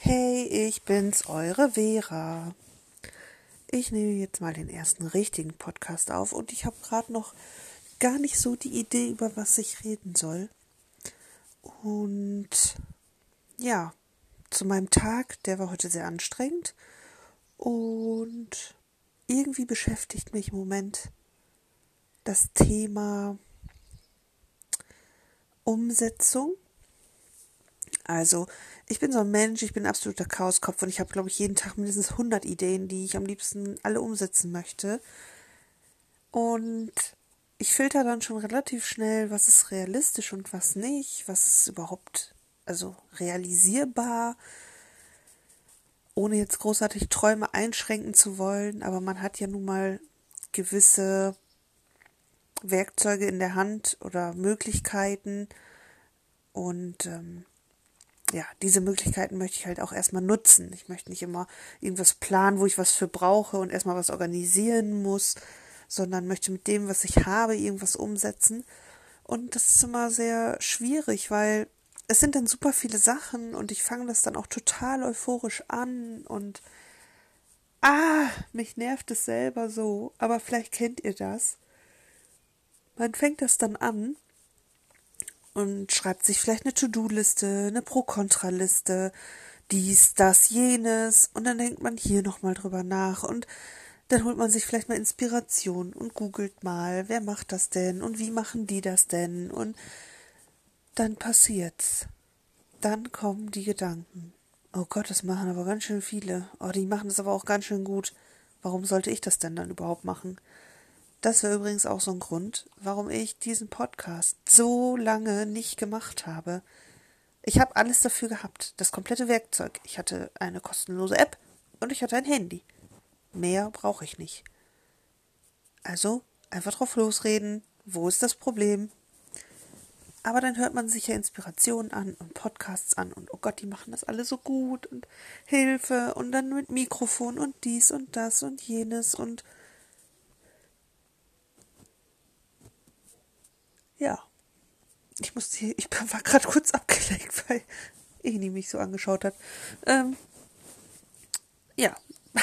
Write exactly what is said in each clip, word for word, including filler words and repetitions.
Hey, ich bin's, eure Vera. Ich nehme jetzt mal den ersten richtigen Podcast auf und ich habe gerade noch gar nicht so die Idee, über was ich reden soll. Und ja, zu meinem Tag, der war heute sehr anstrengend und irgendwie beschäftigt mich im Moment das Thema Umsetzung. Also, ich bin so ein Mensch, ich bin ein absoluter Chaoskopf und ich habe, glaube ich, jeden Tag mindestens hundert Ideen, die ich am liebsten alle umsetzen möchte. Und ich filter dann schon relativ schnell, was ist realistisch und was nicht, was ist überhaupt, also realisierbar, ohne jetzt großartig Träume einschränken zu wollen, aber man hat ja nun mal gewisse Werkzeuge in der Hand oder Möglichkeiten und ähm, ja, diese Möglichkeiten möchte ich halt auch erstmal nutzen. Ich möchte nicht immer irgendwas planen, wo ich was für brauche und erstmal was organisieren muss, sondern möchte mit dem, was ich habe, irgendwas umsetzen. Und das ist immer sehr schwierig, weil es sind dann super viele Sachen und ich fange das dann auch total euphorisch an und ah, mich nervt es selber so, aber vielleicht kennt ihr das. Man fängt das dann an und schreibt sich vielleicht eine To-Do-Liste, eine Pro-Kontra-Liste, dies, das, jenes und dann denkt man hier nochmal drüber nach und dann holt man sich vielleicht mal Inspiration und googelt mal, wer macht das denn und wie machen die das denn und dann passiert's. Dann kommen die Gedanken. Oh Gott, das machen aber ganz schön viele. Oh, die machen das aber auch ganz schön gut. Warum sollte ich das denn dann überhaupt machen? Das wäre übrigens auch so ein Grund, warum ich diesen Podcast so lange nicht gemacht habe. Ich habe alles dafür gehabt, das komplette Werkzeug. Ich hatte eine kostenlose App und ich hatte ein Handy. Mehr brauche ich nicht. Also einfach drauf losreden. Wo ist das Problem? Aber dann hört man sich ja Inspirationen an und Podcasts an und oh Gott, die machen das alle so gut und Hilfe und dann mit Mikrofon und dies und das und jenes und ja. Ich musste hier, ich war gerade kurz abgelenkt, weil Eni mich so angeschaut hat. Ähm, ja.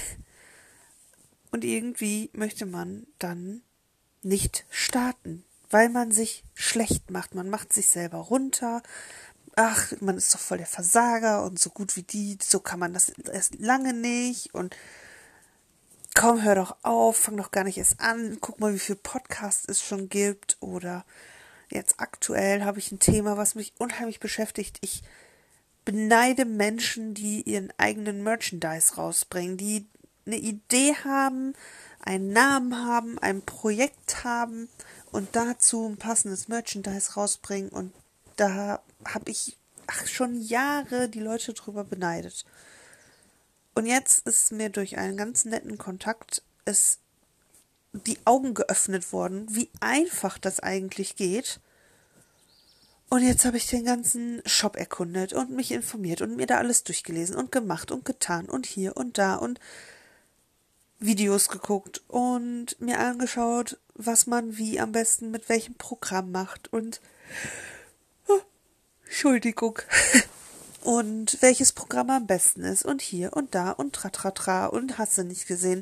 Und irgendwie möchte man dann nicht starten, weil man sich schlecht macht. Man macht sich selber runter. Ach, man ist doch voll der Versager und so gut wie die, so kann man das erst lange nicht und komm, hör doch auf, fang doch gar nicht erst an, guck mal, wie viel Podcasts es schon gibt oder jetzt aktuell habe ich ein Thema, was mich unheimlich beschäftigt. Ich beneide Menschen, die ihren eigenen Merchandise rausbringen, die eine Idee haben, einen Namen haben, ein Projekt haben und dazu ein passendes Merchandise rausbringen. Und da habe ich ach, schon Jahre die Leute drüber beneidet. Und jetzt ist mir durch einen ganz netten Kontakt es die Augen geöffnet worden, wie einfach das eigentlich geht. Und jetzt habe ich den ganzen Shop erkundet und mich informiert und mir da alles durchgelesen und gemacht und getan und hier und da und Videos geguckt und mir angeschaut, was man wie am besten mit welchem Programm macht und oh, Entschuldigung und welches Programm am besten ist und hier und da und tratratra und hast du nicht gesehen.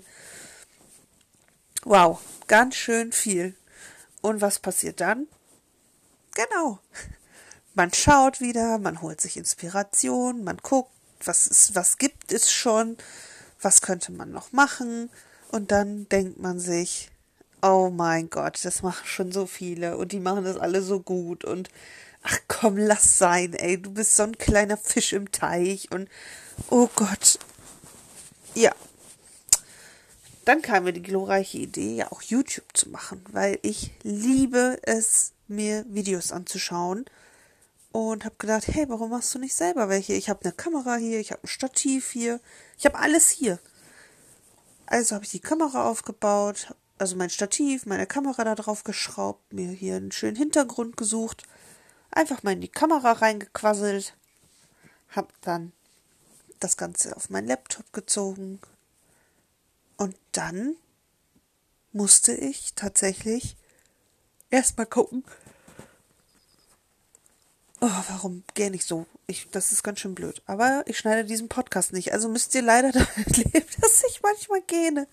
Wow, ganz schön viel. Und was passiert dann? Genau. Man schaut wieder, man holt sich Inspiration, man guckt, was ist, was gibt es schon, was könnte man noch machen und dann denkt man sich, oh mein Gott, das machen schon so viele und die machen das alle so gut und ach komm, lass sein, ey, du bist so ein kleiner Fisch im Teich und oh Gott, ja. Dann kam mir die glorreiche Idee, ja auch YouTube zu machen, weil ich liebe es, mir Videos anzuschauen. Und habe gedacht, hey, warum machst du nicht selber welche? Ich habe eine Kamera hier, ich habe ein Stativ hier, ich habe alles hier. Also habe ich die Kamera aufgebaut, also mein Stativ, meine Kamera da drauf geschraubt, mir hier einen schönen Hintergrund gesucht, einfach mal in die Kamera reingequasselt, habe dann das Ganze auf meinen Laptop gezogen und dann musste ich tatsächlich erstmal gucken, oh, warum gähne ich so? Ich, das ist ganz schön blöd. Aber ich schneide diesen Podcast nicht. Also müsst ihr leider damit leben, dass ich manchmal gähne.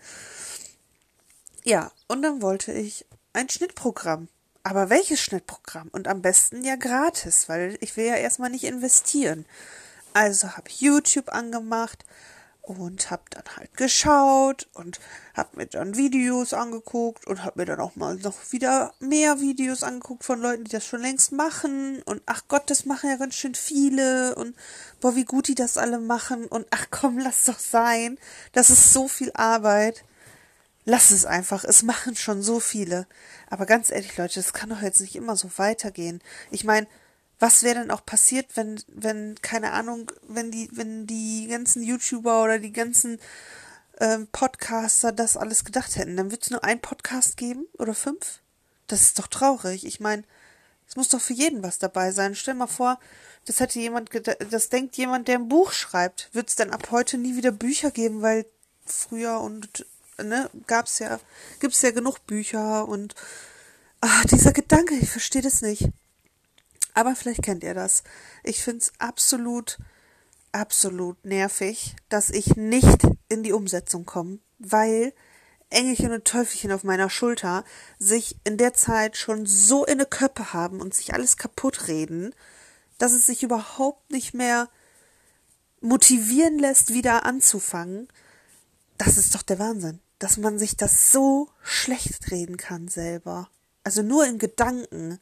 Ja, und dann wollte ich ein Schnittprogramm. Aber welches Schnittprogramm? Und am besten ja gratis, weil ich will ja erstmal nicht investieren. Also habe ich YouTube angemacht und habe dann halt geschaut und habe mir dann Videos angeguckt und habe mir dann auch mal noch wieder mehr Videos angeguckt von Leuten, die das schon längst machen. Und ach Gott, das machen ja ganz schön viele. Und boah, wie gut die das alle machen. Und ach komm, lass doch sein. Das ist so viel Arbeit. Lass es einfach, es machen schon so viele. Aber ganz ehrlich, Leute, das kann doch jetzt nicht immer so weitergehen. Ich meine, was wäre denn auch passiert, wenn, wenn, keine Ahnung, wenn die, wenn die ganzen YouTuber oder die ganzen ähm, Podcaster das alles gedacht hätten? Dann wird es nur einen Podcast geben oder fünf? Das ist doch traurig. Ich meine, es muss doch für jeden was dabei sein. Stell mal vor, das hätte jemand, das denkt jemand, der ein Buch schreibt. Wird es dann ab heute nie wieder Bücher geben, weil früher und ne, gab's ja, gibt's ja genug Bücher und ah, dieser Gedanke, ich verstehe das nicht. Aber vielleicht kennt ihr das. Ich find's absolut, absolut nervig, dass ich nicht in die Umsetzung komme, weil Engelchen und Teufelchen auf meiner Schulter sich in der Zeit schon so in eine Köppe haben und sich alles kaputt reden, dass es sich überhaupt nicht mehr motivieren lässt, wieder anzufangen. Das ist doch der Wahnsinn, dass man sich das so schlecht reden kann selber. Also nur in Gedanken.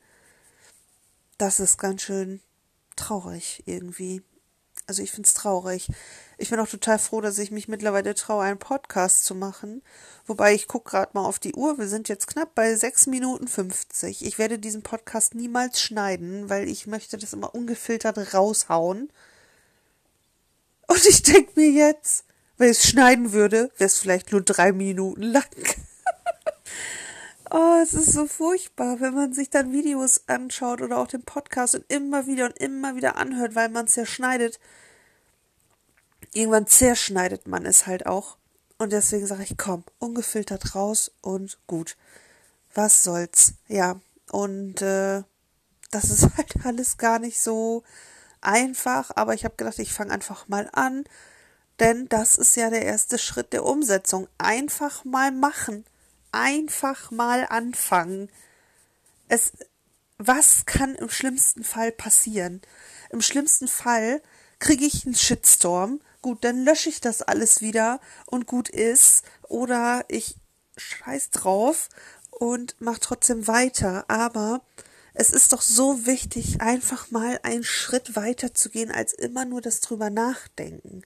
Das ist ganz schön traurig irgendwie. Also ich find's traurig. Ich bin auch total froh, dass ich mich mittlerweile traue, einen Podcast zu machen. Wobei ich gucke gerade mal auf die Uhr. Wir sind jetzt knapp bei sechs Minuten fünfzig. Ich werde diesen Podcast niemals schneiden, weil ich möchte das immer ungefiltert raushauen. Und ich denke mir jetzt, wenn ich es schneiden würde, wäre es vielleicht nur drei Minuten lang. Oh, es ist so furchtbar, wenn man sich dann Videos anschaut oder auch den Podcast und immer wieder und immer wieder anhört, weil man es ja schneidet. Irgendwann zerschneidet man es halt auch. Und deswegen sage ich, komm, ungefiltert raus und gut. Was soll's? Ja, und äh, das ist halt alles gar nicht so einfach. Aber ich habe gedacht, ich fange einfach mal an. Denn das ist ja der erste Schritt der Umsetzung. Einfach mal machen. Einfach mal anfangen. Es, was kann im schlimmsten Fall passieren? Im schlimmsten Fall kriege ich einen Shitstorm. Gut, dann lösche ich das alles wieder und gut ist. Oder ich scheiß drauf und mache trotzdem weiter. Aber es ist doch so wichtig, einfach mal einen Schritt weiter zu gehen, als immer nur das drüber nachdenken.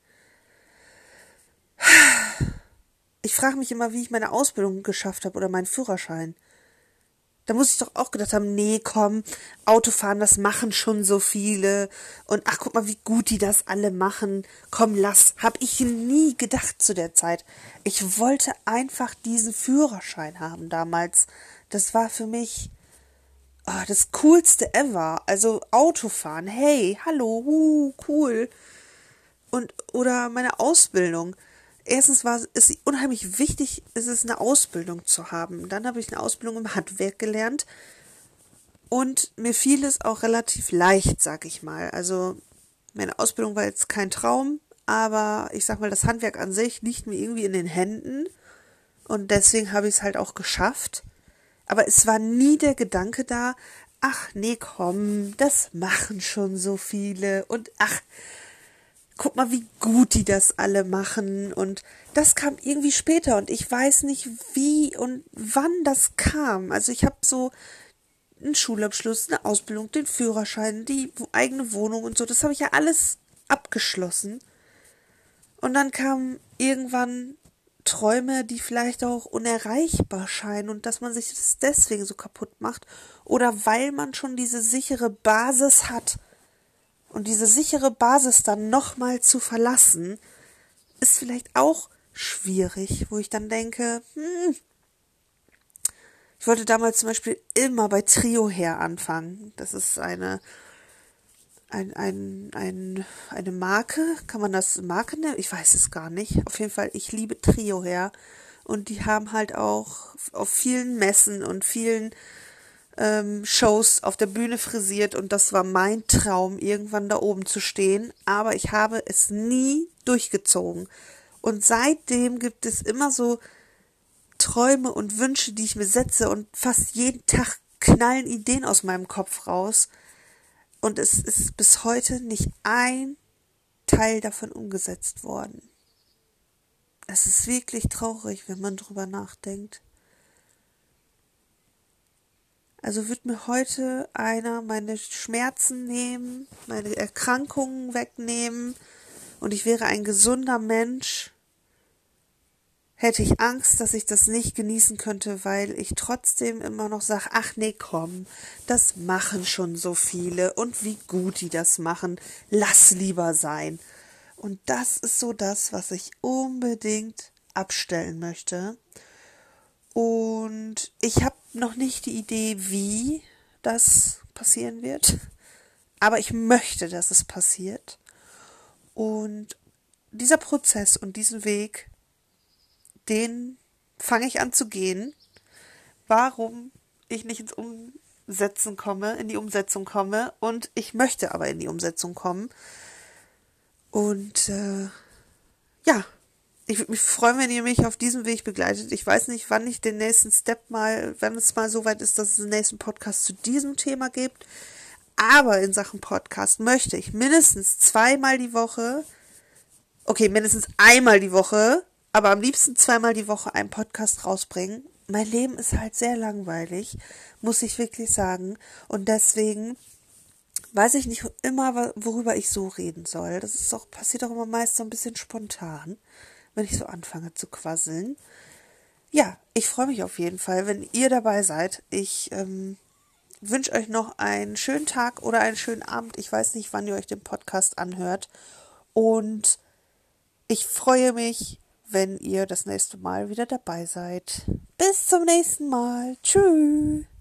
Ich frage mich immer, wie ich meine Ausbildung geschafft habe oder meinen Führerschein. Da muss ich doch auch gedacht haben, nee, komm, Autofahren, das machen schon so viele. Und ach, guck mal, wie gut die das alle machen. Komm, lass. Hab ich nie gedacht zu der Zeit. Ich wollte einfach diesen Führerschein haben damals. Das war für mich oh, das Coolste ever. Also Autofahren, hey, hallo, uh, cool. Und oder meine Ausbildung. Erstens war es unheimlich wichtig, ist es eine Ausbildung zu haben. Dann habe ich eine Ausbildung im Handwerk gelernt und mir fiel es auch relativ leicht, sag ich mal. Also meine Ausbildung war jetzt kein Traum, aber ich sag mal, das Handwerk an sich liegt mir irgendwie in den Händen und deswegen habe ich es halt auch geschafft. Aber es war nie der Gedanke da, ach nee, komm, das machen schon so viele und ach, guck mal, wie gut die das alle machen und das kam irgendwie später und ich weiß nicht, wie und wann das kam. Also ich habe so einen Schulabschluss, eine Ausbildung, den Führerschein, die eigene Wohnung und so, das habe ich ja alles abgeschlossen. Und dann kamen irgendwann Träume, die vielleicht auch unerreichbar scheinen und dass man sich das deswegen so kaputt macht oder weil man schon diese sichere Basis hat. Und diese sichere Basis dann nochmal zu verlassen, ist vielleicht auch schwierig, wo ich dann denke, hm, ich wollte damals zum Beispiel immer bei Trio her anfangen. Das ist eine, ein, ein, ein, eine Marke, kann man das Marke nennen? Ich weiß es gar nicht. Auf jeden Fall, ich liebe Trio her. Und die haben halt auch auf vielen Messen und vielen ähm, Shows auf der Bühne frisiert und das war mein Traum, irgendwann da oben zu stehen, aber ich habe es nie durchgezogen. Und seitdem gibt es immer so Träume und Wünsche, die ich mir setze und fast jeden Tag knallen Ideen aus meinem Kopf raus und es ist bis heute nicht ein Teil davon umgesetzt worden. Es ist wirklich traurig, wenn man drüber nachdenkt. Also wird mir heute einer meine Schmerzen nehmen, meine Erkrankungen wegnehmen und ich wäre ein gesunder Mensch, hätte ich Angst, dass ich das nicht genießen könnte, weil ich trotzdem immer noch sage, ach nee, komm, das machen schon so viele und wie gut die das machen, lass lieber sein. Und das ist so das, was ich unbedingt abstellen möchte. Und ich habe noch nicht die Idee, wie das passieren wird, aber ich möchte, dass es passiert. Und dieser Prozess und diesen Weg, den fange ich an zu gehen. Warum ich nicht ins Umsetzen komme, in die Umsetzung komme und ich möchte aber in die Umsetzung kommen. Und äh, ja, ich würde mich freuen, wenn ihr mich auf diesem Weg begleitet. Ich weiß nicht, wann ich den nächsten Step mal, wenn es mal so weit ist, dass es einen nächsten Podcast zu diesem Thema gibt. Aber in Sachen Podcast möchte ich mindestens zweimal die Woche, okay, mindestens einmal die Woche, aber am liebsten zweimal die Woche einen Podcast rausbringen. Mein Leben ist halt sehr langweilig, muss ich wirklich sagen. Und deswegen weiß ich nicht immer, worüber ich so reden soll. Das ist auch, passiert auch immer meist so ein bisschen spontan, wenn ich so anfange zu quasseln. Ja, ich freue mich auf jeden Fall, wenn ihr dabei seid. Ich ähm, wünsche euch noch einen schönen Tag oder einen schönen Abend. Ich weiß nicht, wann ihr euch den Podcast anhört. Und ich freue mich, wenn ihr das nächste Mal wieder dabei seid. Bis zum nächsten Mal. Tschüss.